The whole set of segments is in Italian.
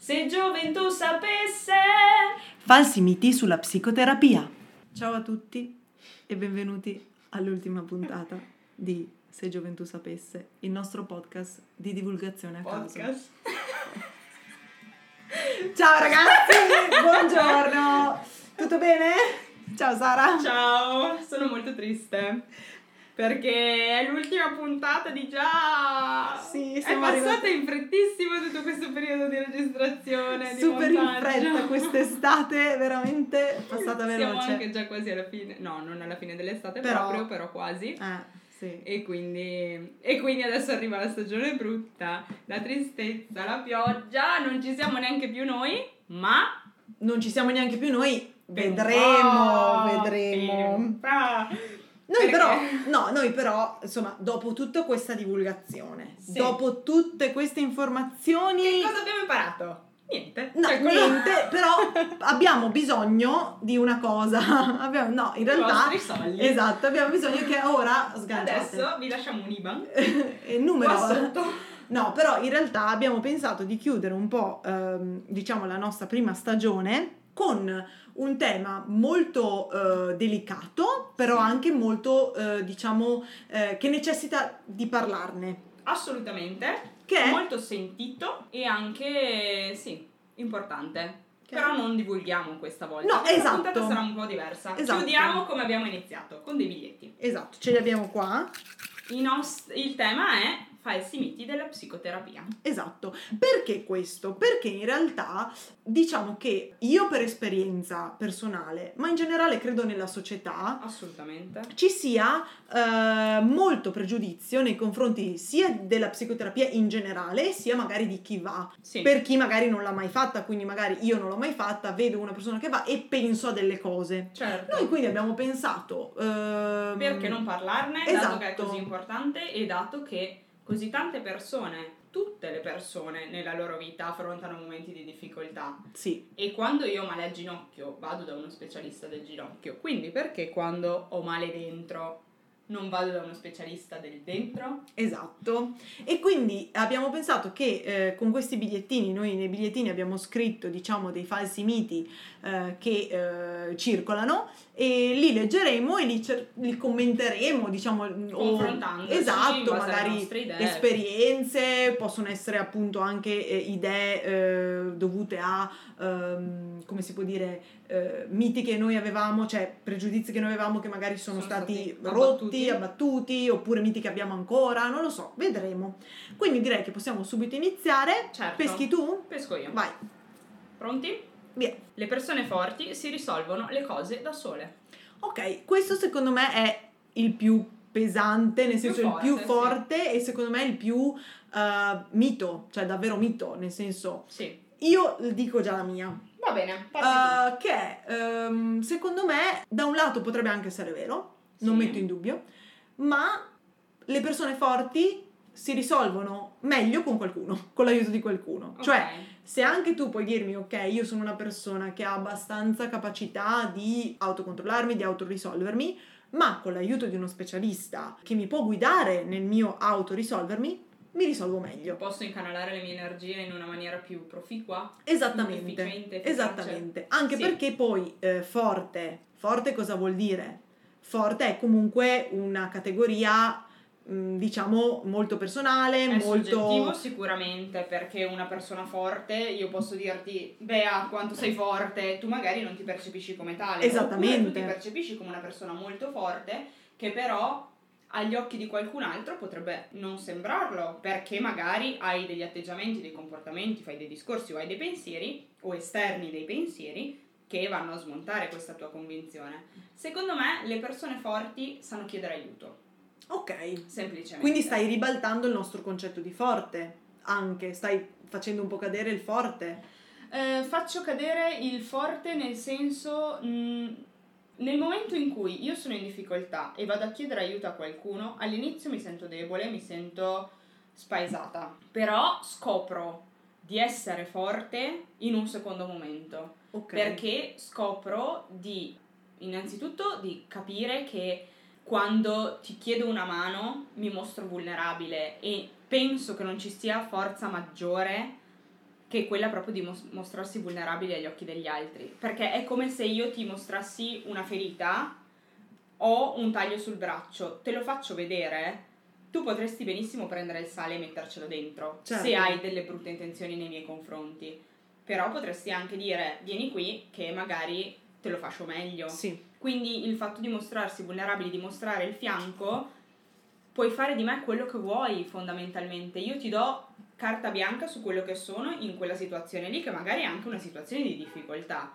Se gioventù sapesse. Falsi miti sulla psicoterapia. Ciao a tutti e benvenuti all'ultima puntata di Se gioventù sapesse, il nostro podcast di divulgazione a caso. Ciao ragazzi, buongiorno. Tutto bene? Ciao Sara. Ciao, sono molto triste perché è l'ultima puntata di già. Sì, è siamo passata arrivati in frettissimo tutto questo periodo di registrazione, super di in montaggio. fretta quest'estate, veramente passata veloce. Siamo anche già quasi alla fine, no, non alla fine dell'estate però quasi. Sì. E quindi adesso arriva la stagione brutta, la tristezza, la pioggia, non ci siamo neanche più noi, ma non ci siamo neanche più noi, vedremo. Noi però, insomma, dopo tutta questa divulgazione, sì, dopo tutte queste informazioni, che cosa abbiamo imparato? Niente. No, niente, però abbiamo bisogno di una cosa. In realtà, i vostri soldi. Esatto, abbiamo bisogno che ora sganciate. Adesso vi lasciamo un IBAN. Il numero qua sotto. No, però in realtà abbiamo pensato di chiudere un po', diciamo, la nostra prima stagione con un tema molto delicato, però sì, anche molto, diciamo, che necessita di parlarne. Assolutamente. Che è molto sentito e anche, sì, importante. Però non divulghiamo questa volta. No, questa esatto. puntata sarà un po' diversa. Esatto. Chiudiamo come abbiamo iniziato, con dei biglietti. Esatto, ce li abbiamo qua. Il tema è falsi miti della psicoterapia. Esatto. Perché questo? Perché in realtà diciamo che io per esperienza personale, ma in generale credo nella società, assolutamente, ci sia molto pregiudizio nei confronti sia della psicoterapia in generale, sia magari di chi va. Sì. Per chi magari non l'ha mai fatta, quindi magari io non l'ho mai fatta, vedo una persona che va e penso a delle cose. Certo. Noi quindi abbiamo pensato perché non parlarne, esatto, dato che è così importante e dato che così tante persone, tutte le persone nella loro vita affrontano momenti di difficoltà. Sì. E quando io ho male al ginocchio vado da uno specialista del ginocchio. Quindi perché quando ho male dentro non vado da uno specialista del dentro? Esatto. E quindi abbiamo pensato che con questi bigliettini, noi nei bigliettini abbiamo scritto, diciamo, dei falsi miti che circolano, e li leggeremo e li commenteremo, diciamo, confrontandoci, esatto, in base alle magari nostre idee. Esperienze, possono essere appunto anche idee dovute a come si può dire, miti che noi avevamo, cioè pregiudizi che noi avevamo che magari sono stati rotti, abbattuti, oppure miti che abbiamo ancora, non lo so, vedremo. Quindi direi che possiamo subito iniziare. Certo. Peschi tu? Pesco io. Vai. Pronti? Via. Le persone forti si risolvono le cose da sole. Ok, questo secondo me è il più pesante, nel senso il più forte, sì. E secondo me il più mito, cioè davvero mito, nel senso, sì. Io dico già la mia. Va bene, che secondo me da un lato potrebbe anche essere vero, non metto in dubbio, ma le persone forti si risolvono meglio con qualcuno, con l'aiuto di qualcuno. Okay. Cioè, se anche tu puoi dirmi, ok, io sono una persona che ha abbastanza capacità di autocontrollarmi, di autorisolvermi, ma con l'aiuto di uno specialista che mi può guidare nel mio autorisolvermi, mi risolvo meglio. Posso incanalare le mie energie in una maniera più proficua? Esattamente. Più efficiente, efficace. Esattamente. Anche sì. Perché poi forte cosa vuol dire? Forte è comunque una categoria diciamo molto personale, è molto soggettivo sicuramente, perché una persona forte, io posso dirti Bea quanto sei forte, tu magari non ti percepisci come tale. Esattamente. Oppure tu ti percepisci come una persona molto forte che però agli occhi di qualcun altro potrebbe non sembrarlo, perché magari hai degli atteggiamenti, dei comportamenti, fai dei discorsi o hai dei pensieri o esterni dei pensieri che vanno a smontare questa tua convinzione. Secondo me le persone forti sanno chiedere aiuto. Ok. Semplicemente. Quindi stai ribaltando il nostro concetto di forte, anche stai facendo un po' cadere il forte. Faccio cadere il forte nel senso nel momento in cui io sono in difficoltà e vado a chiedere aiuto a qualcuno, all'inizio mi sento debole, mi sento spaesata, però scopro di essere forte in un secondo momento, perché scopro innanzitutto di capire che quando ti chiedo una mano mi mostro vulnerabile e penso che non ci sia forza maggiore che è quella proprio di mostrarsi vulnerabili agli occhi degli altri, perché è come se io ti mostrassi una ferita o un taglio sul braccio, te lo faccio vedere, tu potresti benissimo prendere il sale e mettercelo dentro, certo, se hai delle brutte intenzioni nei miei confronti, però potresti anche dire vieni qui che magari te lo faccio meglio. Sì. Quindi il fatto di mostrarsi vulnerabili, di mostrare il fianco, puoi fare di me quello che vuoi fondamentalmente, io ti do carta bianca su quello che sono in quella situazione lì, che magari è anche una situazione di difficoltà,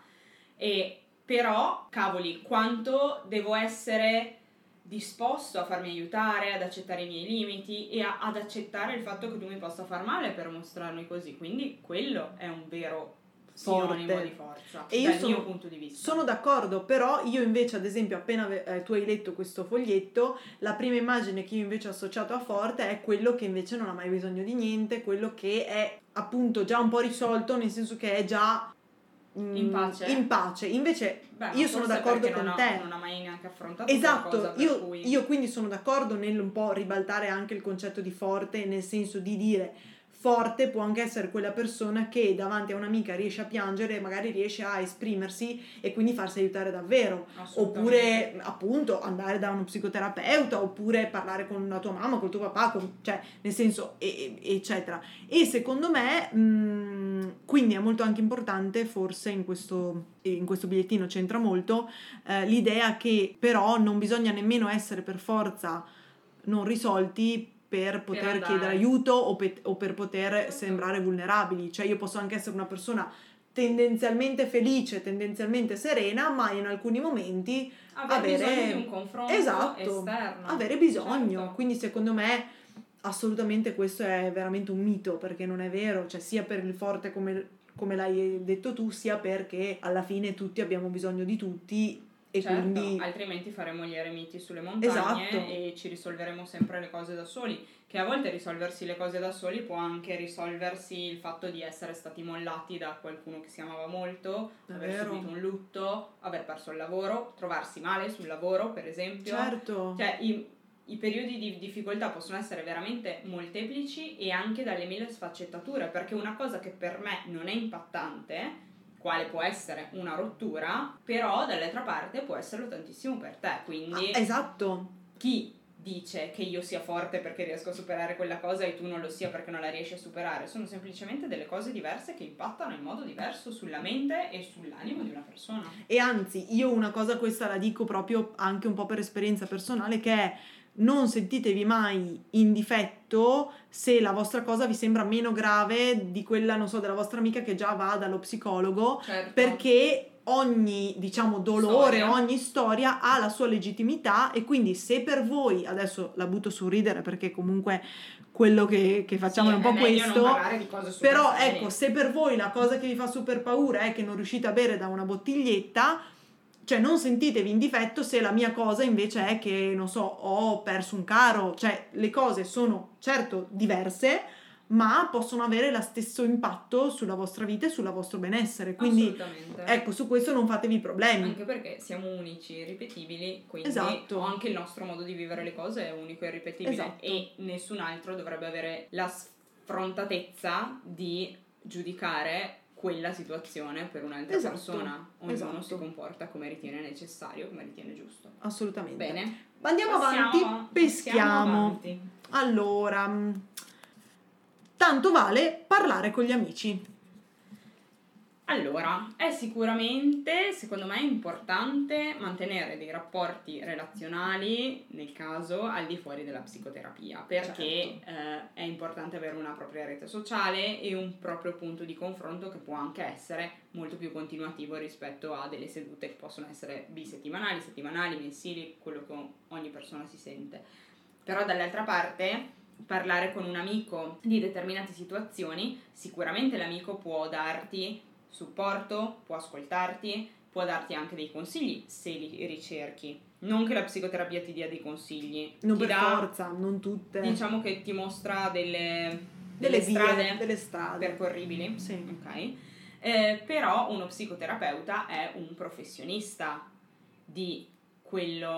e però cavoli, quanto devo essere disposto a farmi aiutare, ad accettare i miei limiti e ad accettare il fatto che tu mi possa far male per mostrarmi così, quindi quello è un vero sinonimo di forza e io dal mio punto di vista. Sono d'accordo, però io invece ad esempio appena tu hai letto questo foglietto, la prima immagine che io invece ho associato a forte è quello che invece non ha mai bisogno di niente, quello che è appunto già un po' risolto, nel senso che è già in pace. Invece io sono d'accordo con te, non ha mai neanche affrontato esatto, qualcosa per cui... io quindi sono d'accordo nel un po' ribaltare anche il concetto di forte, nel senso di dire forte può anche essere quella persona che davanti a un'amica riesce a piangere e magari riesce a esprimersi e quindi farsi aiutare davvero, oppure appunto andare da uno psicoterapeuta, oppure parlare con la tua mamma, col tuo papà, cioè nel senso eccetera. E secondo me quindi è molto anche importante, forse in questo bigliettino c'entra molto l'idea che però non bisogna nemmeno essere per forza non risolti per poter chiedere aiuto o per poter sembrare vulnerabili. Cioè io posso anche essere una persona tendenzialmente felice, tendenzialmente serena, ma in alcuni momenti avere bisogno di un confronto esterno, avere bisogno, certo. Quindi secondo me assolutamente questo è veramente un mito, perché non è vero, cioè sia per il forte come l'hai detto tu, sia perché alla fine tutti abbiamo bisogno di tutti. E certo, quindi... altrimenti faremo gli eremiti sulle montagne, e ci risolveremo sempre le cose da soli, che a volte risolversi le cose da soli può anche risolversi il fatto di essere stati mollati da qualcuno che si amava molto, aver subito un lutto, aver perso il lavoro, trovarsi male sul lavoro per esempio. Certo. Cioè i periodi di difficoltà possono essere veramente molteplici e anche dalle mille sfaccettature, perché una cosa che per me non è impattante, quale può essere una rottura, però dall'altra parte può esserlo tantissimo per te, quindi esatto. Chi dice che io sia forte perché riesco a superare quella cosa e tu non lo sia perché non la riesci a superare? Sono semplicemente delle cose diverse che impattano in modo diverso sulla mente e sull'animo di una persona. E anzi, io una cosa questa la dico proprio anche un po' per esperienza personale, che è: non sentitevi mai in difetto se la vostra cosa vi sembra meno grave di quella, non so, della vostra amica che già va dallo psicologo, certo. Perché ogni, diciamo, dolore, ogni storia ha la sua legittimità, e quindi se per voi, adesso la butto sul ridere perché comunque quello che facciamo è un po' questo, non parlare di cose super però serie. ecco, se per voi la cosa che vi fa super paura è che non riuscite a bere da una bottiglietta, cioè non sentitevi in difetto se la mia cosa invece è che, non so, ho perso un caro. Cioè le cose sono certo diverse, ma possono avere lo stesso impatto sulla vostra vita e sul vostro benessere, quindi ecco, su questo non fatevi problemi, anche perché siamo unici e irripetibili, quindi esatto. Anche il nostro modo di vivere le cose è unico e irripetibile, esatto. E nessun altro dovrebbe avere la sfrontatezza di giudicare quella situazione per un'altra persona. Ognuno si comporta come ritiene necessario, come ritiene giusto. Assolutamente. Bene, andiamo avanti, peschiamo avanti. Allora, tanto vale parlare con gli amici. Allora, è sicuramente, secondo me, importante mantenere dei rapporti relazionali, nel caso, al di fuori della psicoterapia, perché è importante avere una propria rete sociale e un proprio punto di confronto che può anche essere molto più continuativo rispetto a delle sedute che possono essere bisettimanali, settimanali, mensili, quello che ogni persona si sente. Però dall'altra parte, parlare con un amico di determinate situazioni, sicuramente l'amico può darti supporto, può ascoltarti, può darti anche dei consigli se li ricerchi. Non che la psicoterapia ti dia dei consigli, non per forza, non tutte. Diciamo che ti mostra delle strade percorribili. Sì. Ok. Però uno psicoterapeuta è un professionista di quello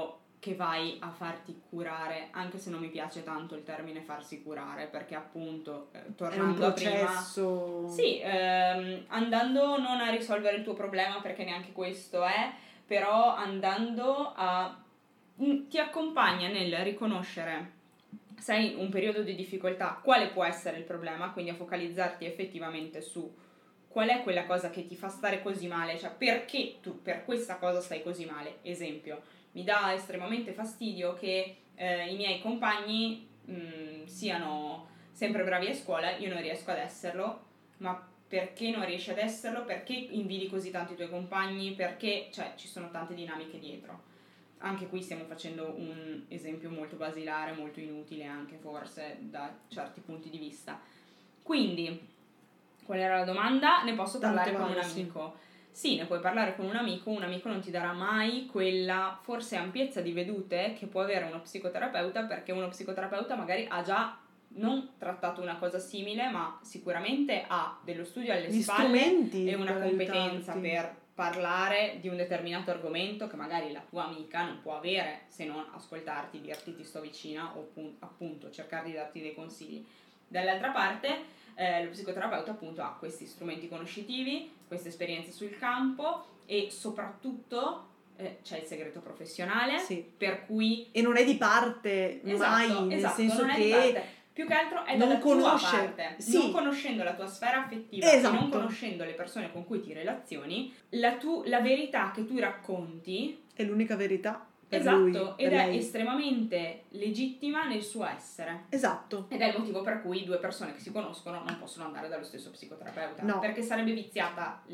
che vai a farti curare, anche se non mi piace tanto il termine farsi curare, perché appunto, tornando a prima... Sì, andando non a risolvere il tuo problema, perché neanche questo è, però andando a... ti accompagna nel riconoscere, sei in un periodo di difficoltà, quale può essere il problema, quindi a focalizzarti effettivamente su qual è quella cosa che ti fa stare così male, cioè perché tu per questa cosa stai così male. Esempio, mi dà estremamente fastidio che i miei compagni siano sempre bravi a scuola, io non riesco ad esserlo, ma perché non riesci ad esserlo? Perché invidi così tanto i tuoi compagni? Perché, cioè, ci sono tante dinamiche dietro. Anche qui stiamo facendo un esempio molto basilare, molto inutile anche forse da certi punti di vista. Quindi, qual era la domanda? Ne posso parlare con un amico? Sì, ne puoi parlare con un amico non ti darà mai quella forse ampiezza di vedute che può avere uno psicoterapeuta, perché uno psicoterapeuta magari ha già non trattato una cosa simile, ma sicuramente ha dello studio alle spalle e una competenza per parlare di un determinato argomento che magari la tua amica non può avere, se non ascoltarti, dirti ti sto vicina o appunto cercare di darti dei consigli. Dall'altra parte lo psicoterapeuta appunto ha questi strumenti conoscitivi, queste esperienze sul campo e soprattutto c'è il segreto professionale, sì, per cui... E non è di parte, mai, nel senso non che... È di parte. Più che altro è dalla tua parte, sì, non conoscendo la tua sfera affettiva, esatto, e non conoscendo le persone con cui ti relazioni, la verità che tu racconti è l'unica verità. Esatto, lui, ed è estremamente legittima nel suo essere. Esatto. Ed è il motivo per cui due persone che si conoscono non possono andare dallo stesso psicoterapeuta. No. Perché sarebbe viziata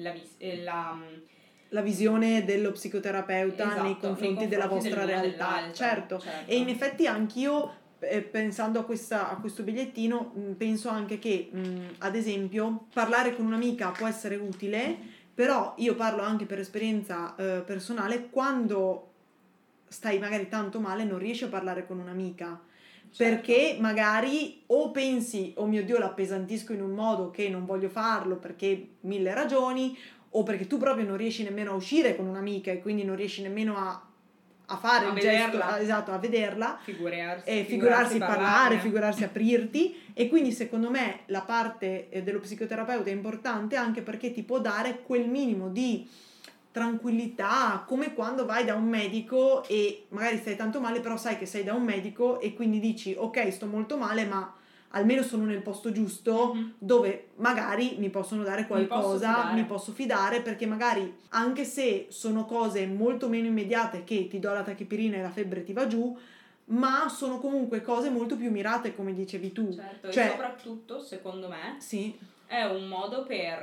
la visione dello psicoterapeuta, esatto, nei confronti della vostra realtà. Certo. E in effetti anch'io, pensando a questo bigliettino, penso anche che, ad esempio, parlare con un'amica può essere utile, però io parlo anche per esperienza personale, quando stai magari tanto male non riesci a parlare con un'amica, certo, perché magari o pensi oh mio Dio l'appesantisco in un modo che non voglio farlo perché 1000 ragioni, o perché tu proprio non riesci nemmeno a uscire con un'amica e quindi non riesci nemmeno a fare il gesto, esatto, a vederla, figurarsi parlare, figurarsi aprirti. E quindi secondo me la parte dello psicoterapeuta è importante anche perché ti può dare quel minimo di tranquillità, come quando vai da un medico e magari stai tanto male, però sai che sei da un medico e quindi dici ok, sto molto male, ma almeno sono nel posto giusto, dove magari mi possono dare qualcosa, mi posso fidare, perché magari anche se sono cose molto meno immediate, che ti do la tachipirina e la febbre ti va giù, ma sono comunque cose molto più mirate, come dicevi tu. Certo, cioè, e soprattutto secondo me sì, è un modo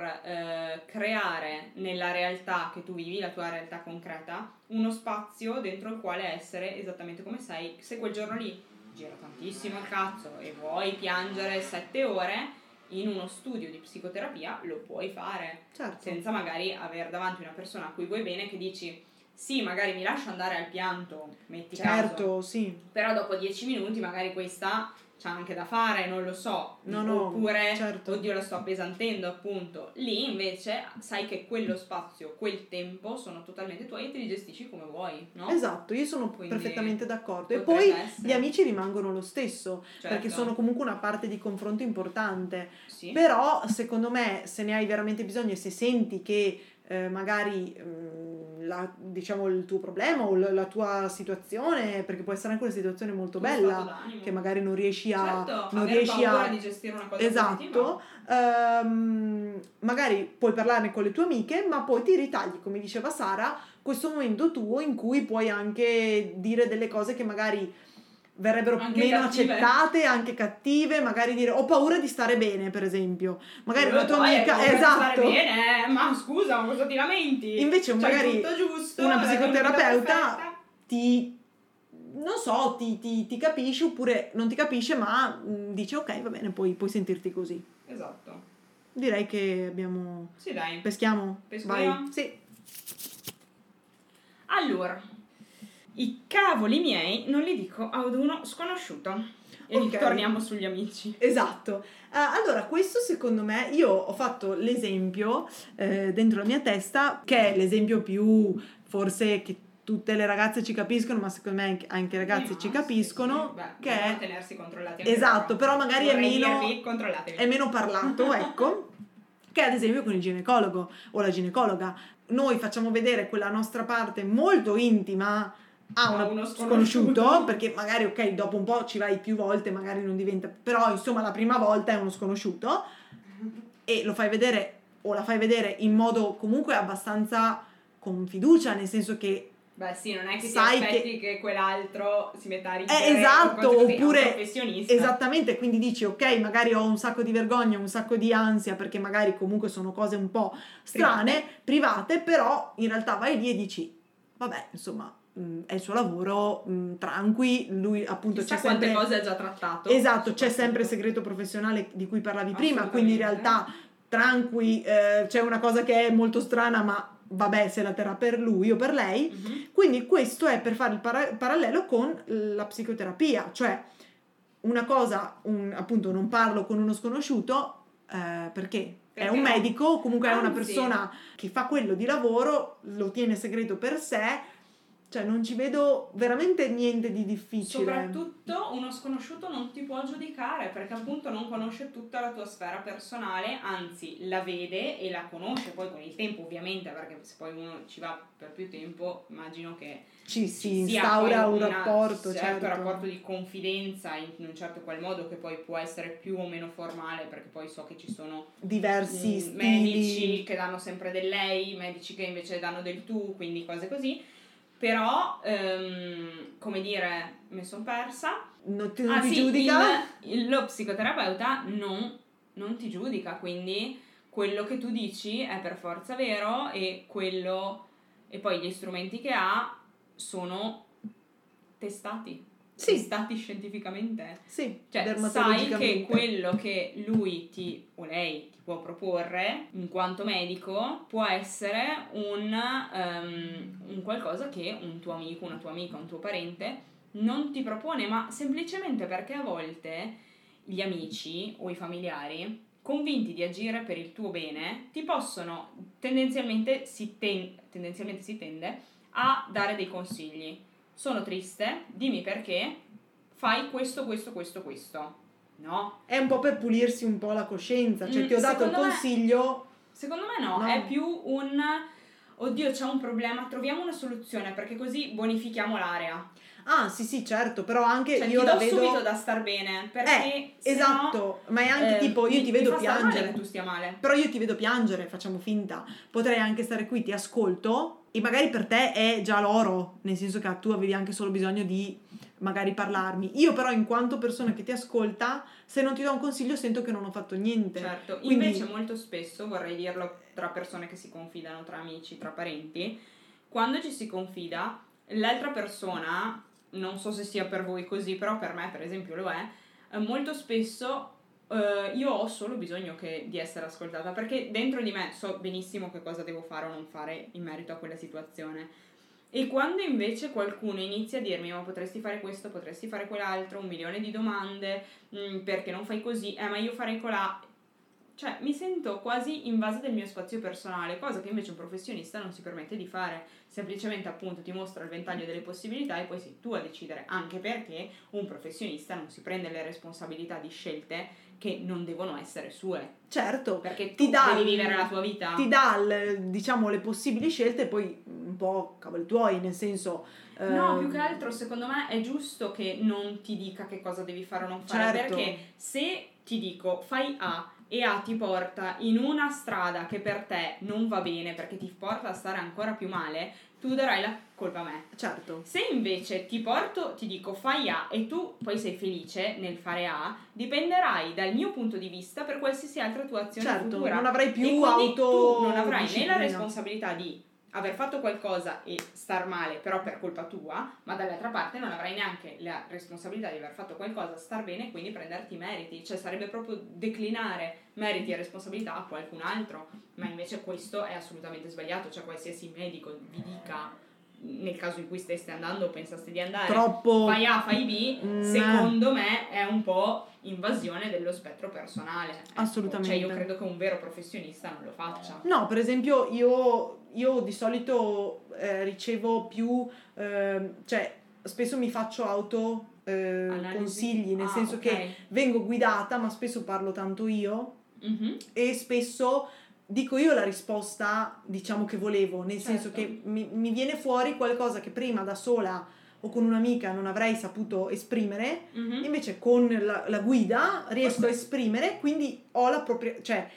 per creare nella realtà che tu vivi, la tua realtà concreta, uno spazio dentro il quale essere esattamente come sei. Se quel giorno lì gira tantissimo il cazzo e vuoi piangere 7 ore, in uno studio di psicoterapia lo puoi fare, certo, senza magari avere davanti una persona a cui vuoi bene che dici sì, magari mi lascio andare al pianto, metti certo, caso, sì, però dopo 10 minuti magari questa c'ha anche da fare, non lo so, oppure certo, oddio la sto appesantendo, appunto. Lì invece sai che quello spazio, quel tempo sono totalmente tuoi e te li gestisci come vuoi, no? Esatto, io sono perfettamente d'accordo. E poi gli amici rimangono lo stesso, certo, perché sono comunque una parte di confronto importante, sì, però secondo me se ne hai veramente bisogno e se senti che magari diciamo il tuo problema o la tua situazione, perché può essere anche una situazione molto bella che magari non riesci a, certo, non riesci paura di gestire una cosa, esatto, magari puoi parlarne con le tue amiche, ma poi ti ritagli, come diceva Sara, questo momento tuo in cui puoi anche dire delle cose che magari verrebbero anche meno cattive, accettate, anche cattive, magari dire ho paura di stare bene, per esempio, magari una tua amica, esatto, di stare bene, ma scusa, ma cosa ti lamenti? Invece magari una psicoterapeuta ti non so, ti capisce oppure non ti capisce, ma dice ok, va bene, puoi sentirti così. Esatto. Direi che abbiamo... Sì, dai. Peschiamo? Vai. Sì. Allora, i cavoli miei non li dico ad uno sconosciuto. E okay, torniamo sugli amici. Esatto. Allora, questo secondo me, io ho fatto l'esempio dentro la mia testa, che è l'esempio più forse che tutte le ragazze ci capiscono, ma secondo me anche i ragazzi ci capiscono, Beh, che è tenersi controllati anche esatto, però magari è meno parlato, ecco, che ad esempio con il ginecologo o la ginecologa. Noi facciamo vedere quella nostra parte molto intima a uno sconosciuto, perché magari ok, dopo un po' ci vai più volte, magari non diventa, però insomma la prima volta è uno sconosciuto e lo fai vedere o la fai vedere in modo comunque abbastanza con fiducia, nel senso che beh sì, non è che sai ti aspetti che quell'altro si metta a ridere esatto, oppure è un professionista. Esattamente, quindi dici ok, magari ho un sacco di vergogna, un sacco di ansia, perché magari comunque sono cose un po' strane, private, però in realtà vai lì e dici vabbè, insomma, è il suo lavoro, tranqui, lui appunto chissà c'è sempre quante cose ha già trattato. Esatto, c'è sempre il segreto professionale di cui parlavi prima, quindi in realtà tranqui, c'è una cosa che è molto strana, ma vabbè, se la terrà per lui o per lei. Quindi questo è per fare il parallelo con la psicoterapia, cioè una cosa, appunto non parlo con uno sconosciuto perché è un medico o comunque è una persona che fa quello di lavoro, lo tiene segreto per sé. Cioè non ci vedo veramente niente di difficile. Soprattutto uno sconosciuto non ti può giudicare perché appunto non conosce tutta la tua sfera personale, anzi la vede e la conosce poi con il tempo ovviamente, perché se poi uno ci va per più tempo immagino che si instaura un rapporto, certo rapporto di confidenza in un certo qual modo che poi può essere più o meno formale, perché poi so che ci sono diversi stili, medici che danno sempre del lei, medici che invece danno del tu, quindi cose così. Però, come dire, mi sono persa. Non ti giudica? Lo psicoterapeuta non ti giudica, quindi quello che tu dici è per forza vero e poi gli strumenti che ha sono testati scientificamente. Sì, cioè sai che quello che lui o lei ti può proporre in quanto medico può essere un qualcosa che un tuo amico, una tua amica, un tuo parente non ti propone, ma semplicemente perché a volte gli amici o i familiari convinti di agire per il tuo bene ti possono tendenzialmente si tende a dare dei consigli. Sono triste, dimmi perché, fai questo. No? È un po' per pulirsi un po' la coscienza, cioè ti ho dato il consiglio. Secondo me no, è più oddio c'è un problema, troviamo una soluzione perché così bonifichiamo l'area. Ah sì certo, però anche cioè, io la vedo subito da star bene perché esatto, ma è anche tipo io ti vedo piangere, che tu stia male. Però io ti vedo piangere, facciamo finta, potrei anche stare qui, ti ascolto e magari per te è già l'oro, nel senso che tu avevi anche solo bisogno di magari parlarmi. Io però in quanto persona che ti ascolta, se non ti do un consiglio sento che non ho fatto niente. Certo, quindi invece molto spesso, vorrei dirlo tra persone che si confidano, tra amici, tra parenti, quando ci si confida, l'altra persona, non so se sia per voi così, però per me per esempio lo è, molto spesso io ho solo bisogno di essere ascoltata, perché dentro di me so benissimo che cosa devo fare o non fare in merito a quella situazione. E quando invece qualcuno inizia a dirmi ma potresti fare questo, potresti fare quell'altro, 1 milione di domande, perché non fai così, ma io farei colà, cioè mi sento quasi invasa del mio spazio personale, cosa che invece un professionista non si permette di fare, semplicemente appunto ti mostra il ventaglio delle possibilità e poi sei tu a decidere, anche perché un professionista non si prende le responsabilità di scelte che non devono essere sue. Certo, perché tu devi vivere la tua vita. Ti dà diciamo le possibili scelte e poi un po' cavoli tuoi, nel senso no, più che altro secondo me è giusto che non ti dica che cosa devi fare o non fare, certo. Perché se ti dico fai A e A ti porta in una strada che per te non va bene perché ti porta a stare ancora più male, tu darai la colpa a me. Certo. Se invece ti dico fai A e tu poi sei felice nel fare A, dipenderai dal mio punto di vista per qualsiasi altra tua azione futura. Non avrai più tu non avrai né la disciplina. responsabilità di aver fatto qualcosa e star male però per colpa tua, ma dall'altra parte non avrai neanche la responsabilità di aver fatto qualcosa, star bene e quindi prenderti i meriti, cioè sarebbe proprio declinare meriti e responsabilità a qualcun altro, ma invece questo è assolutamente sbagliato, cioè qualsiasi medico vi dica nel caso in cui steste andando o pensaste di andare troppo fai A, fai B, secondo me è un po' invasione dello spettro personale. Assolutamente. Cioè io credo che un vero professionista non lo faccia. No, per esempio io io di solito ricevo più, cioè spesso mi faccio consigli, nel senso che vengo guidata, ma spesso parlo tanto io, e spesso dico io la risposta, diciamo, che volevo, nel senso che mi viene fuori qualcosa che prima da sola o con un'amica non avrei saputo esprimere, invece con la guida riesco a esprimere, quindi ho la propria, cioè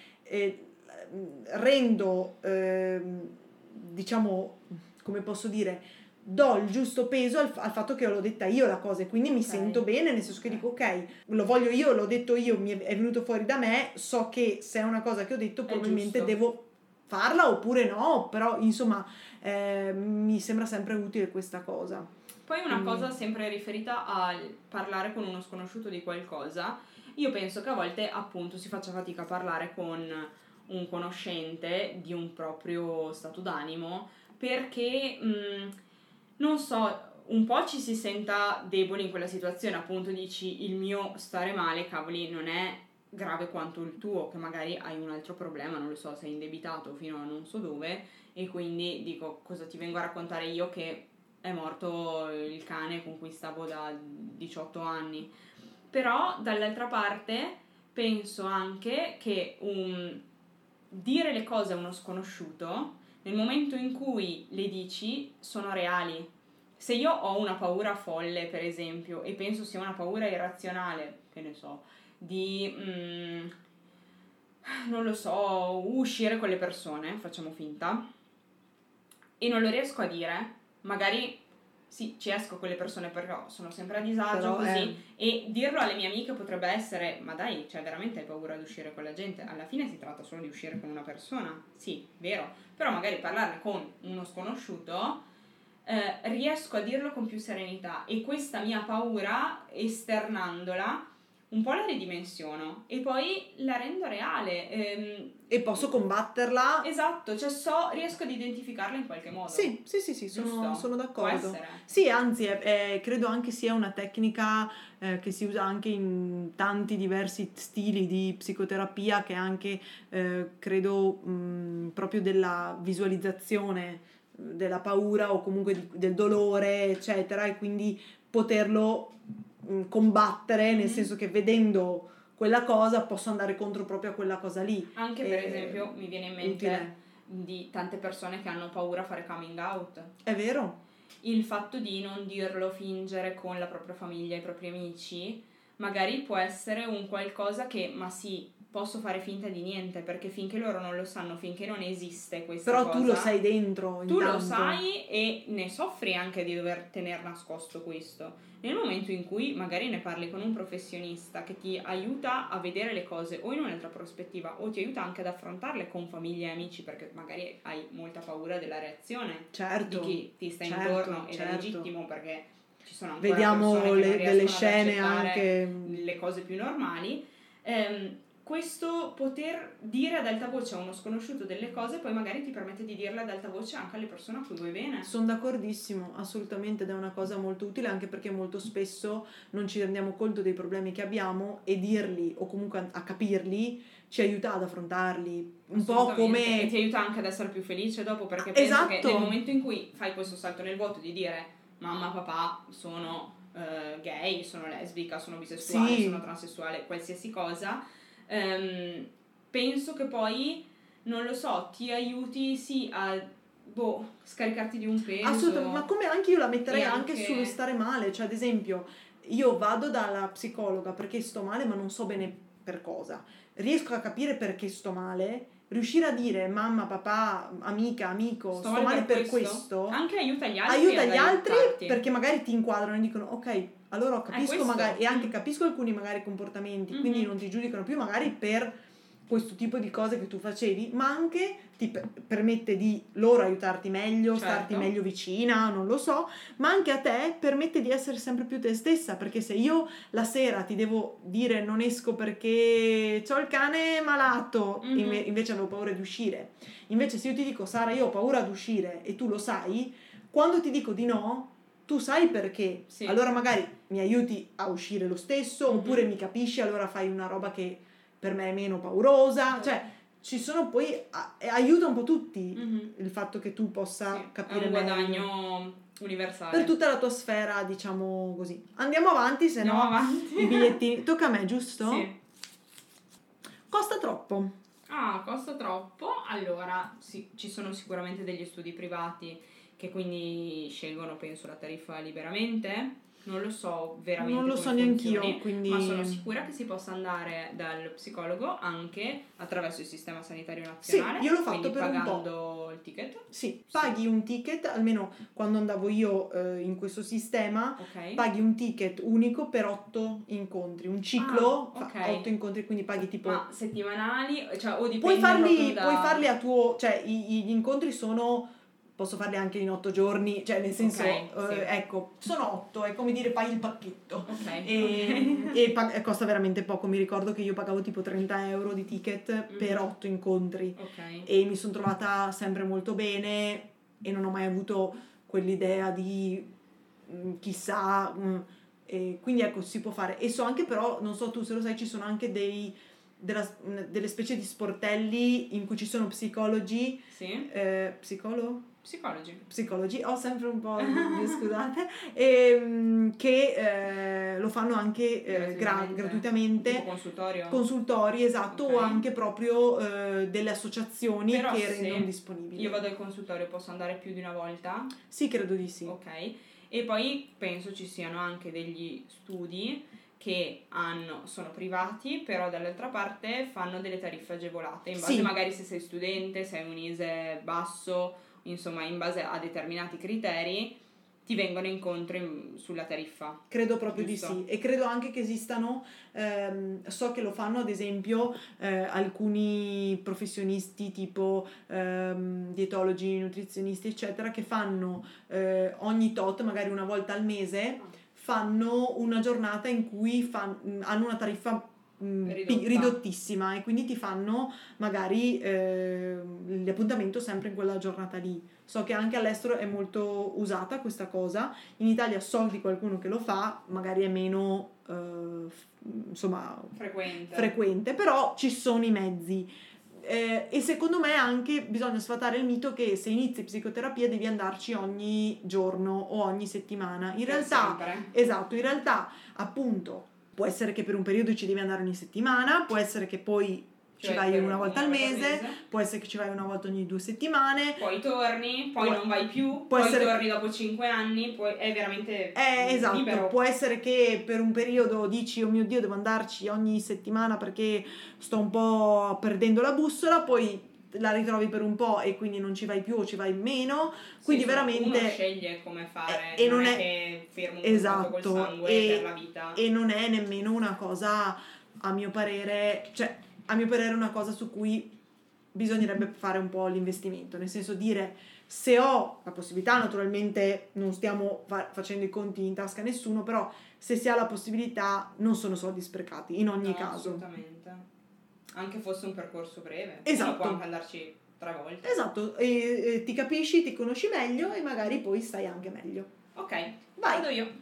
rendo, diciamo, come posso dire, do il giusto peso al fatto che l'ho detta io la cosa, e quindi mi sento bene, nel senso che dico ok, lo voglio io, l'ho detto io, è venuto fuori da me, so che se è una cosa che ho detto probabilmente devo farla oppure no, però insomma mi sembra sempre utile questa cosa. Poi una cosa sempre riferita a parlare con uno sconosciuto di qualcosa, io penso che a volte appunto si faccia fatica a parlare con un conoscente di un proprio stato d'animo, perché non so, un po' ci si senta deboli in quella situazione, appunto dici il mio stare male, cavoli, non è grave quanto il tuo, che magari hai un altro problema, non lo so, sei indebitato fino a non so dove, e quindi dico, cosa ti vengo a raccontare io che è morto il cane con cui stavo da 18 anni. Però dall'altra parte penso anche che dire le cose a uno sconosciuto, nel momento in cui le dici, sono reali. Se io ho una paura folle, per esempio, e penso sia una paura irrazionale, che ne so, di non lo so, uscire con le persone, facciamo finta, e non lo riesco a dire, magari sì, ci esco con le persone perché sono sempre a disagio, però, così, e dirlo alle mie amiche potrebbe essere, ma dai, cioè veramente hai paura di uscire con la gente? Alla fine si tratta solo di uscire con una persona, sì, vero, però magari parlarne con uno sconosciuto riesco a dirlo con più serenità, e questa mia paura, esternandola, un po' la ridimensiono e poi la rendo reale. E posso combatterla. Esatto, cioè riesco ad identificarla in qualche modo. Sì, sono d'accordo. Può essere. Sì, anzi, credo anche sia una tecnica che si usa anche in tanti diversi stili di psicoterapia, che anche credo proprio della visualizzazione della paura o comunque del dolore, eccetera, e quindi poterlo combattere, nel senso che vedendo quella cosa posso andare contro proprio a quella cosa lì. Anche per esempio mi viene in mente di tante persone che hanno paura a fare coming out. È vero. Il fatto di non dirlo, fingere con la propria famiglia, i propri amici, magari può essere un qualcosa che, ma sì, posso fare finta di niente, perché finché loro non lo sanno, finché non esiste questa cosa, però tu lo sai dentro, tu lo sai e ne soffri anche di dover tener nascosto questo. Nel momento in cui magari ne parli con un professionista che ti aiuta a vedere le cose o in un'altra prospettiva, o ti aiuta anche ad affrontarle con famiglia e amici, perché magari hai molta paura della reazione di chi ti sta intorno, ed è legittimo, perché ci sono ancora persone che non delle scene anche le cose più normali. Questo poter dire ad alta voce a uno sconosciuto delle cose poi magari ti permette di dirle ad alta voce anche alle persone a cui vuoi bene. Sono d'accordissimo, assolutamente, ed è una cosa molto utile, anche perché molto spesso non ci rendiamo conto dei problemi che abbiamo, e dirli o comunque a capirli ci aiuta ad affrontarli, un po' come... E ti aiuta anche ad essere più felice dopo, perché penso che nel momento in cui fai questo salto nel vuoto di dire mamma, papà, sono gay, sono lesbica, sono bisessuale, sono transessuale, qualsiasi cosa, penso che poi, non lo so, ti aiuti a scaricarti di un peso. Assolutamente, ma come anche io la metterei anche sullo stare male, cioè ad esempio io vado dalla psicologa perché sto male ma non so bene per cosa, riesco a capire perché sto male, riuscire a dire mamma, papà, amica, amico, sto male per questo, anche aiuta gli altri perché magari ti inquadrano e dicono ok, allora capisco magari, e anche capisco alcuni magari comportamenti, quindi non ti giudicano più magari per questo tipo di cose che tu facevi, ma anche ti permette di loro aiutarti meglio, starti meglio vicina, non lo so, ma anche a te permette di essere sempre più te stessa, perché se io la sera ti devo dire non esco perché c'ho il cane malato, invece avevo paura di uscire, invece se io ti dico Sara io ho paura di uscire e tu lo sai, quando ti dico di no tu sai perché, allora magari mi aiuti a uscire lo stesso, oppure mi capisci, allora fai una roba che per me è meno paurosa, cioè ci sono poi aiuta un po' tutti Mhm. il fatto che tu possa Sì, capire è un meglio. guadagno universale. Per tutta la tua sfera, diciamo così. Andiamo avanti, se Andiamo no avanti. i bigliettini. Tocca a me, giusto? Sì. Costa troppo. Ah, costa troppo? Allora, sì, ci sono sicuramente degli studi privati che quindi scelgono, penso, la tariffa liberamente. Non lo so veramente Non lo come so neanch'io, funzioni, quindi... ma sono sicura che si possa andare dal psicologo anche attraverso il sistema sanitario Sì, nazionale, io l'ho fatto quindi per un po'. pagando il ticket. Sì, paghi un ticket, almeno quando andavo io in questo sistema, Ok. paghi un ticket unico per 8 incontri. Un ciclo Ah, fa ok. 8 incontri, quindi paghi tipo... Ma settimanali, cioè o dipende Puoi proprio da... farli a tuo... cioè gli incontri sono... Posso farli anche in 8 giorni, cioè nel senso, Ok, sì. ecco, sono 8, è come dire paghi il pacchetto. Ok. E costa veramente poco, mi ricordo che io pagavo tipo 30 euro di ticket per 8 incontri. Ok. E mi sono trovata sempre molto bene e non ho mai avuto quell'idea di chissà, e quindi ecco, si può fare. E so anche però, non so tu se lo sai, ci sono anche delle specie di sportelli in cui ci sono psicologi, Sì. psicologi, ho sempre un po' scusate, che lo fanno anche gratuitamente. Tipo consultorio? Consultori, esatto, Ok. o anche proprio delle associazioni Però che se rendono disponibili. io vado al consultorio, posso andare più di una volta? Sì, credo di sì. Ok. E poi penso ci siano anche degli studi che sono privati, però dall'altra parte fanno delle tariffe agevolate, in base Sì. magari se sei studente, se hai un ISEE basso, insomma in base a determinati criteri ti vengono incontro sulla tariffa. Credo proprio Giusto. di sì, e credo anche che esistano, so che lo fanno ad esempio alcuni professionisti tipo dietologi, nutrizionisti eccetera, che fanno ogni tot, magari una volta al mese, fanno una giornata in cui hanno una tariffa ridottissima e quindi ti fanno magari l'appuntamento sempre in quella giornata lì. So che anche all'estero è molto usata questa cosa, in Italia so di qualcuno che lo fa, magari è meno insomma frequente, però ci sono i mezzi. E secondo me anche bisogna sfatare il mito che se inizi psicoterapia devi andarci ogni giorno o ogni settimana. In realtà, esatto, in realtà appunto può essere che per un periodo ci devi andare ogni settimana, può essere che poi ci vai una volta al mese, può essere che ci vai una volta ogni 2 settimane, poi torni, poi non vai più, poi torni dopo 5 anni, poi è veramente esatto, libero. Può essere che per un periodo dici oh mio Dio devo andarci ogni settimana perché sto un po' perdendo la bussola, poi la ritrovi per un po' e quindi non ci vai più o ci vai meno, quindi veramente uno sceglie come fare e non è che fermo un contatto col sangue per la vita, e non è nemmeno una cosa a mio parere è una cosa su cui bisognerebbe fare un po' l'investimento, nel senso dire se ho la possibilità, naturalmente non stiamo facendo i conti in tasca a nessuno, però se si ha la possibilità non sono soldi sprecati in ogni caso. Assolutamente. Anche fosse un percorso breve, esatto. Può anche andarci 3 volte. Esatto, e ti capisci, ti conosci meglio e magari poi stai anche meglio. Ok, vai. vado io.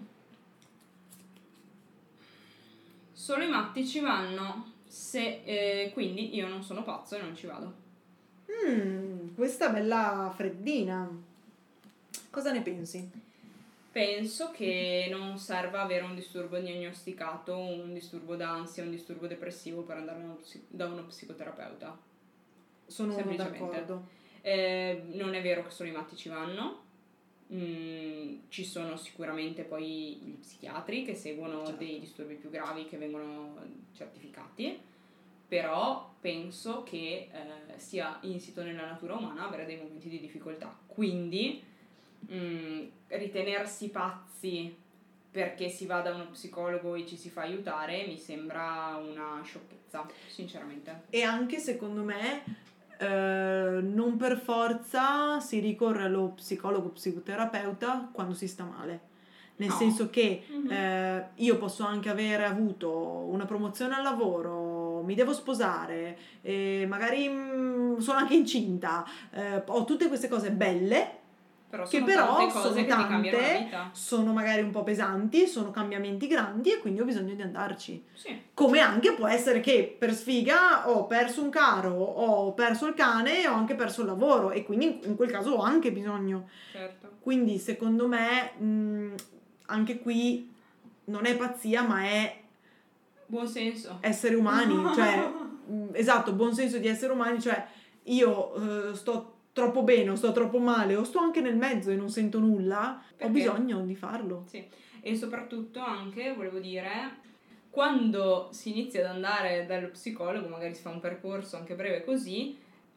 Solo i matti ci vanno, quindi io non sono pazzo e non ci vado. Questa bella freddina. Cosa ne pensi? Penso che non serva avere un disturbo diagnosticato, un disturbo d'ansia, un disturbo depressivo per andare da uno psicoterapeuta. Sono d'accordo. Non è vero che solo i matti ci vanno. Ci sono sicuramente poi gli psichiatri che seguono dei disturbi più gravi che vengono certificati, però penso che sia insito nella natura umana avere dei momenti di difficoltà, quindi ritenersi pazzi perché si va da uno psicologo e ci si fa aiutare mi sembra una sciocchezza, sinceramente. E anche secondo me non per forza si ricorre allo psicologo psicoterapeuta quando si sta male, nel senso che io posso anche avere avuto una promozione al lavoro, mi devo sposare, magari sono anche incinta, ho tutte queste cose belle Però che sono però tante cose sono che ti cambiano la tante, vita. sono magari un po' pesanti, sono cambiamenti grandi e quindi ho bisogno di andarci. Sì. Come anche può essere che per sfiga ho perso un caro, ho perso il cane, ho anche perso il lavoro e quindi in quel caso ho anche bisogno. Certo. Quindi secondo me anche qui non è pazzia, ma è Buon senso. esseri umani, cioè esatto, buon senso di esseri umani, cioè io sto troppo bene o sto troppo male o sto anche nel mezzo e non sento nulla, ho Perché? bisogno di farlo. Sì, e soprattutto anche, volevo dire, quando si inizia ad andare dallo psicologo, magari si fa un percorso anche breve così,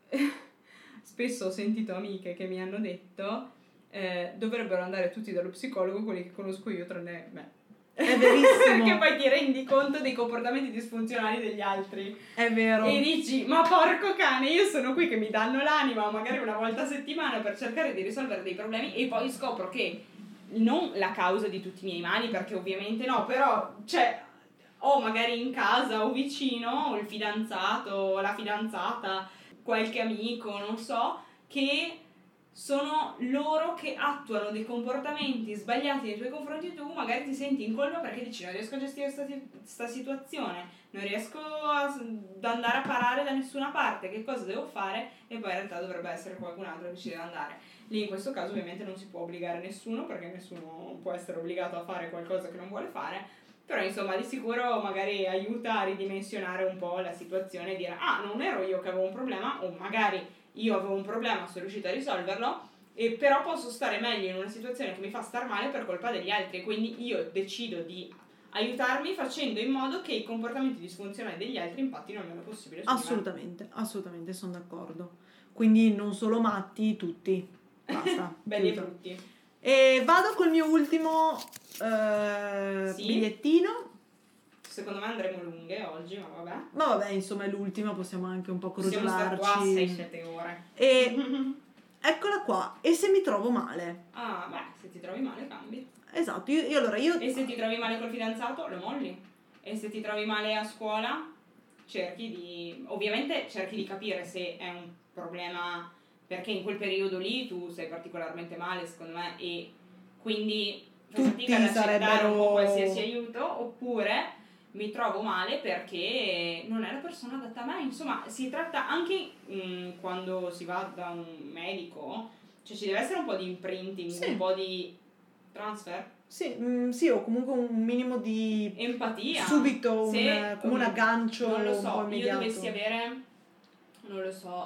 spesso ho sentito amiche che mi hanno detto dovrebbero andare tutti dallo psicologo quelli che conosco io tranne me. È verissimo. Perché poi ti rendi conto dei comportamenti disfunzionali degli altri. È vero. E dici, ma porco cane, io sono qui che mi danno l'anima magari una volta a settimana per cercare di risolvere dei problemi e poi scopro che non la causa di tutti i miei mali, perché ovviamente no, però cioè ho magari in casa o vicino il fidanzato, la fidanzata, qualche amico, non so, che sono loro che attuano dei comportamenti sbagliati nei tuoi confronti e tu magari ti senti in colpa perché dici non riesco a gestire questa situazione, non riesco ad andare a parare da nessuna parte, che cosa devo fare? E poi in realtà dovrebbe essere qualcun altro che ci deve andare. Lì in questo caso ovviamente non si può obbligare nessuno, perché nessuno può essere obbligato a fare qualcosa che non vuole fare, però insomma di sicuro magari aiuta a ridimensionare un po' la situazione e dire ah, non ero io che avevo un problema, o magari io avevo un problema, sono riuscita a risolverlo, e però posso stare meglio in una situazione che mi fa star male per colpa degli altri, e quindi io decido di aiutarmi facendo in modo che i comportamenti disfunzionali degli altri impattino il meno possibile su di me. Assolutamente, assolutamente, sono d'accordo. Quindi non solo matti, tutti. Basta. Belli e chiuso. brutti. E vado col mio ultimo Sì. bigliettino. Secondo me andremo lunghe oggi, ma vabbè. Ma vabbè, insomma, è l'ultima, possiamo anche un po' crogiolarci. Possiamo stare qua 6-7 ore. E eccola qua. E se mi trovo male? Ah, beh, se ti trovi male cambi. Esatto, io... E se ti trovi male col fidanzato, lo molli. E se ti trovi male a scuola, ovviamente cerchi di capire se è un problema, perché in quel periodo lì tu sei particolarmente male, secondo me, e quindi fai fatica ad accettare un po' qualsiasi aiuto, oppure mi trovo male perché non è la persona adatta a me. Insomma, si tratta anche quando si va da un medico, cioè ci deve essere un po' di imprinting, Sì. un po' di transfer. Sì, o comunque un minimo di empatia. subito Se, come un aggancio non lo un po' so, io immediato. dovessi avere, non lo so,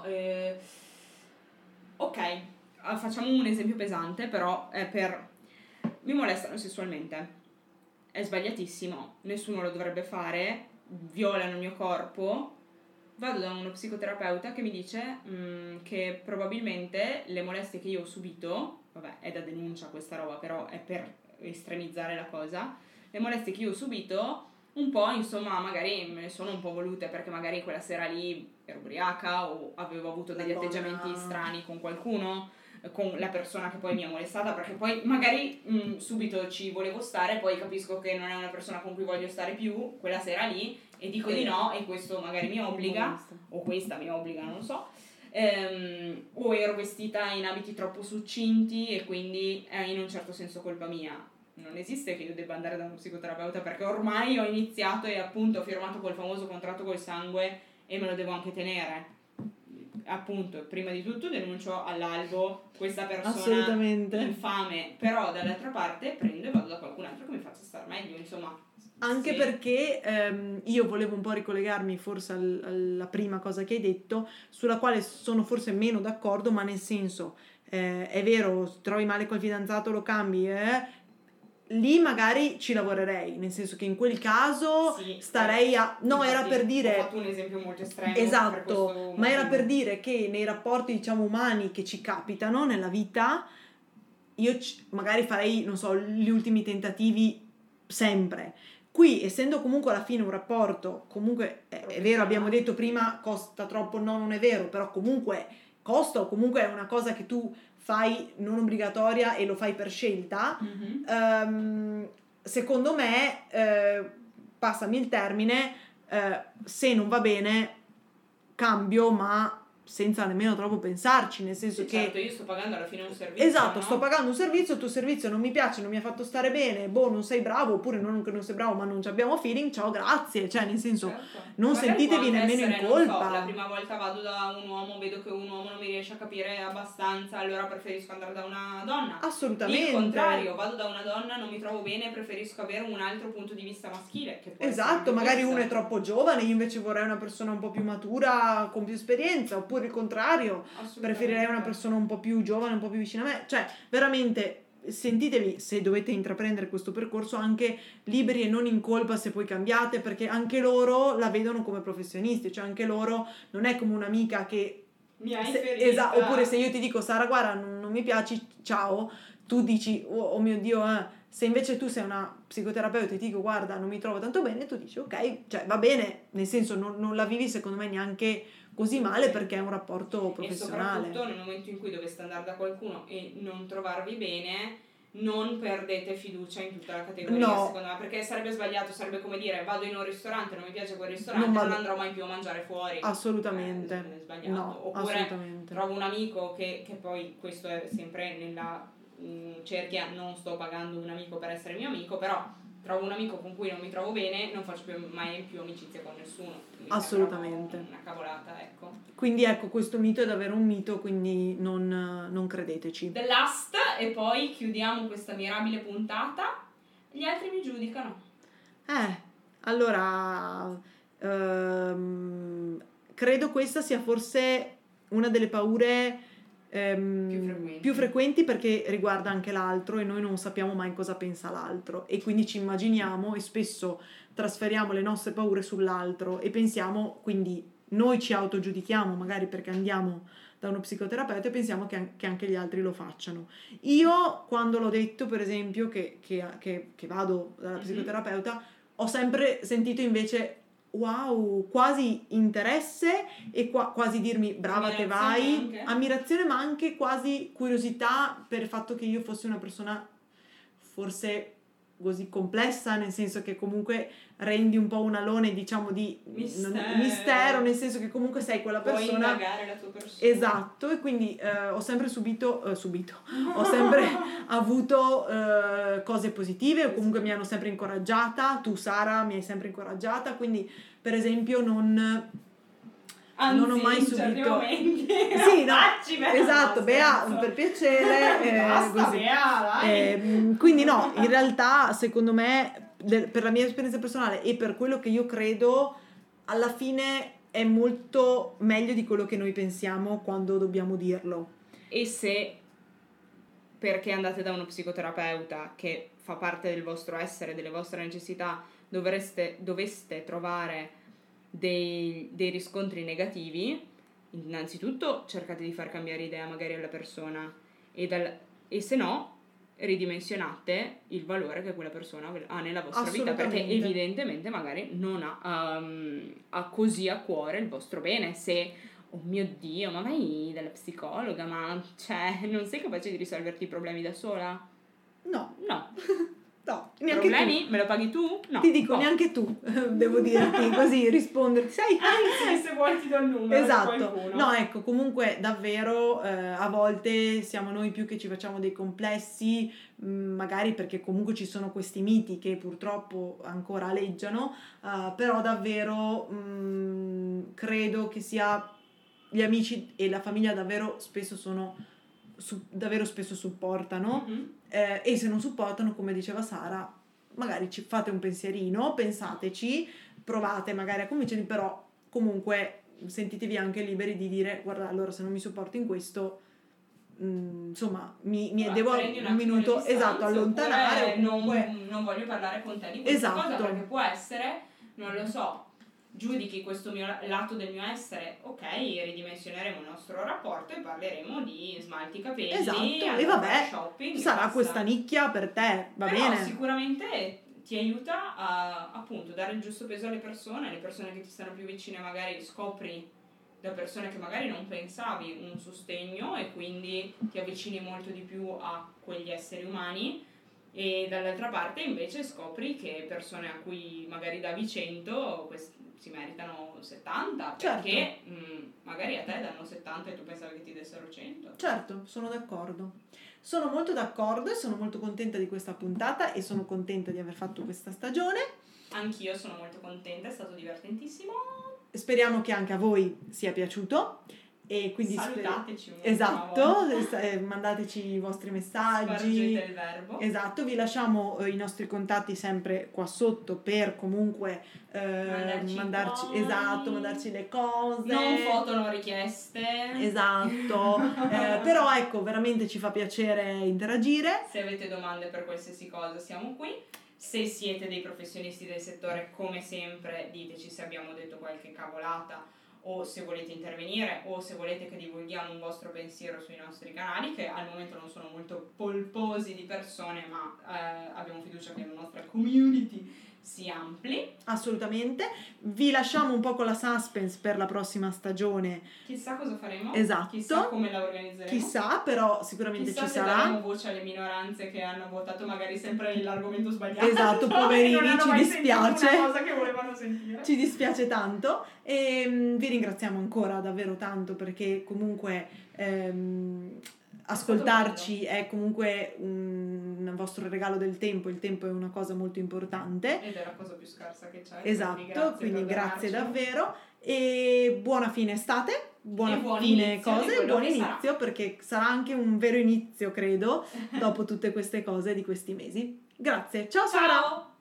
ok, facciamo un esempio pesante, però è per mi molestano sessualmente, è sbagliatissimo, nessuno lo dovrebbe fare, violano il mio corpo, vado da uno psicoterapeuta che mi dice che probabilmente le molestie che io ho subito, vabbè, è da denuncia questa roba, però è per estremizzare la cosa, le molestie che io ho subito un po', insomma, magari me ne sono un po' volute perché magari quella sera lì ero ubriaca o avevo avuto degli atteggiamenti strani con qualcuno, con la persona che poi mi ha molestata, perché poi magari subito ci volevo stare, poi capisco che non è una persona con cui voglio stare più quella sera lì e dico di no, e questo magari mi obbliga, o questa mi obbliga, non so, o ero vestita in abiti troppo succinti e quindi è in un certo senso colpa mia. Non esiste che io debba andare da uno psicoterapeuta, perché ormai ho iniziato e appunto ho firmato quel famoso contratto col sangue e me lo devo anche tenere. Appunto, prima di tutto denuncio all'albo questa persona infame, però dall'altra parte prendo e vado da qualcun altro che mi faccia star meglio, insomma. Anche sì. Perché io volevo un po' ricollegarmi forse alla prima cosa che hai detto, sulla quale sono forse meno d'accordo, ma nel senso, è vero, trovi male col fidanzato, lo cambi, lì magari ci lavorerei, nel senso che in quel caso sì, starei a... No, infatti, era per dire... Ho fatto un esempio molto estremo. Esatto, ma era per dire che nei rapporti, diciamo, umani che ci capitano nella vita, io magari farei, non so, gli ultimi tentativi sempre. Qui, essendo comunque alla fine un rapporto, comunque è vero, abbiamo detto prima, costa troppo, no, non è vero, però comunque costa, o comunque è una cosa che tu fai non obbligatoria e lo fai per scelta, secondo me, passami il termine, se non va bene cambio, ma senza nemmeno troppo pensarci, nel senso sì, che certo, io sto pagando alla fine un servizio, esatto, no? sto pagando un servizio, il tuo servizio non mi piace, non mi ha fatto stare bene, boh, non sei bravo, oppure non che non sei bravo ma non ci abbiamo feeling, ciao, grazie, cioè nel senso Certo. non Magari sentitevi può anche nemmeno in essere, non so, colpa. la prima volta vado da un uomo, vedo che un uomo non mi riesce a capire abbastanza, allora preferisco andare da una donna. Assolutamente. Il contrario, vado da una donna, non mi trovo bene, preferisco avere un altro punto di vista maschile, che può essere Esatto, anche magari questo. uno è troppo giovane, io invece vorrei una persona un po' più matura, con più esperienza, oppure il contrario, preferirei una persona un po' più giovane, un po' più vicina a me, cioè veramente sentitevi, se dovete intraprendere questo percorso, anche liberi e non in colpa se poi cambiate, perché anche loro la vedono come professionisti, cioè anche loro non è come un'amica che mi hai ferita. oppure se io ti dico Sara guarda non mi piaci, ciao, tu dici oh mio Dio, se invece tu sei una psicoterapeuta e ti dico guarda non mi trovo tanto bene, tu dici ok, cioè va bene, nel senso non la vivi secondo me neanche così male, perché è un rapporto professionale. E soprattutto nel momento in cui doveste andare da qualcuno e non trovarvi bene, non perdete fiducia in tutta la categoria, No. secondo me, perché sarebbe sbagliato, sarebbe come dire vado in un ristorante, non mi piace quel ristorante, non andrò mai più a mangiare fuori. Assolutamente. È sbagliato. No, oppure assolutamente. trovo un amico che poi questo è sempre nella cerchia, non sto pagando un amico per essere mio amico, però trovo un amico con cui non mi trovo bene, non faccio mai più amicizia con nessuno. Assolutamente. Una cavolata, ecco. Quindi ecco, questo mito è davvero un mito, quindi non credeteci. The last, e poi chiudiamo questa mirabile puntata. Gli altri mi giudicano. Allora credo questa sia forse una delle paure più frequenti, perché riguarda anche l'altro e noi non sappiamo mai cosa pensa l'altro e quindi ci immaginiamo e spesso trasferiamo le nostre paure sull'altro e pensiamo, quindi noi ci autogiudichiamo magari perché andiamo da uno psicoterapeuta e pensiamo che anche gli altri lo facciano. Io quando l'ho detto per esempio che vado dalla psicoterapeuta ho sempre sentito invece wow, quasi interesse e quasi dirmi brava che vai, anche. Ammirazione, ma anche quasi curiosità per il fatto che io fossi una persona forse così complessa, nel senso che comunque rendi un po' un alone, diciamo, di mistero, nel senso che comunque sei quella persona, puoi indagare la tua persona. Esatto, e quindi ho sempre ho sempre avuto cose positive, o comunque mi hanno sempre incoraggiata, tu Sara mi hai sempre incoraggiata, quindi per esempio non ho mai subito sì, no, esatto, Bea, per piacere, basta, così. Bea, dai. Quindi no, in realtà secondo me per la mia esperienza personale e per quello che io credo, alla fine è molto meglio di quello che noi pensiamo quando dobbiamo dirlo. E se perché andate da uno psicoterapeuta che fa parte del vostro essere, delle vostre necessità, doveste trovare dei riscontri negativi, innanzitutto cercate di far cambiare idea magari alla persona e se no ridimensionate il valore che quella persona ha nella vostra vita, perché evidentemente magari non ha così a cuore il vostro bene. Se oh mio Dio, ma vai dalla psicologa, ma cioè non sei capace di risolverti i problemi da sola? No. No, neanche problemi? Tu. Me lo paghi tu? No. Ti dico, neanche tu, devo dirti così, risponderti. Sai? Anzi, se vuoi ti do il numero. Esatto. No, ecco, comunque davvero a volte siamo noi più che ci facciamo dei complessi, magari perché comunque ci sono questi miti che purtroppo ancora aleggiano, però davvero credo che sia gli amici e la famiglia davvero spesso supportano. Mm-hmm. E se non supportano, come diceva Sara, magari ci fate un pensierino, pensateci, provate magari a convincerli, però comunque sentitevi anche liberi di dire guarda, allora se non mi supporti in questo insomma devo un minuto esatto allontanare, o comunque non voglio parlare con te di questa cosa, perché può essere, non lo so, giudichi questo lato del mio essere, ok, ridimensioneremo il nostro rapporto e parleremo di smalti capelli, e vabbè, shopping, sarà questa nicchia per te, va però bene. Sicuramente ti aiuta a appunto dare il giusto peso alle persone che ti stanno più vicine, magari scopri da persone che magari non pensavi un sostegno e quindi ti avvicini molto di più a quegli esseri umani. e dall'altra parte invece scopri che persone a cui magari davi 100 si meritano 70, perché magari a te danno 70 e tu pensavi che ti dessero 100. Certo, sono d'accordo. Sono molto d'accordo e sono molto contenta di questa puntata e sono contenta di aver fatto questa stagione. Anch'io sono molto contenta, è stato divertentissimo. Speriamo che anche a voi sia piaciuto. E quindi salutateci esatto, mandateci i vostri messaggi, spargete il verbo. Esatto, vi lasciamo i nostri contatti sempre qua sotto per comunque mandarci le cose, non foto non richieste, esatto. Però ecco, veramente ci fa piacere interagire. Se avete domande per qualsiasi cosa siamo qui. Se siete dei professionisti del settore, come sempre diteci se abbiamo detto qualche cavolata, o se volete intervenire, o se volete che divulghiamo un vostro pensiero sui nostri canali, che al momento non sono molto polposi di persone, ma abbiamo fiducia che la nostra community si ampli. Assolutamente. Vi lasciamo un po' con la suspense per la prossima stagione. Chissà cosa faremo. Esatto. Chissà come la organizzeremo. Chissà, però sicuramente chissà ci sarà. Chissà se daremo voce alle minoranze che hanno votato magari sempre l'argomento sbagliato. Esatto, poverini, ci dispiace. Una cosa che volevano sentire. Ci dispiace tanto e vi ringraziamo ancora davvero tanto, perché comunque ascoltarci è comunque un vostro regalo del tempo. Il tempo è una cosa molto importante ed è la cosa più scarsa che c'è. Esatto, quindi grazie davvero e buona fine estate, buona fine cose e buon inizio, perché sarà anche un vero inizio, credo, dopo tutte queste cose di questi mesi. Grazie, ciao Sara!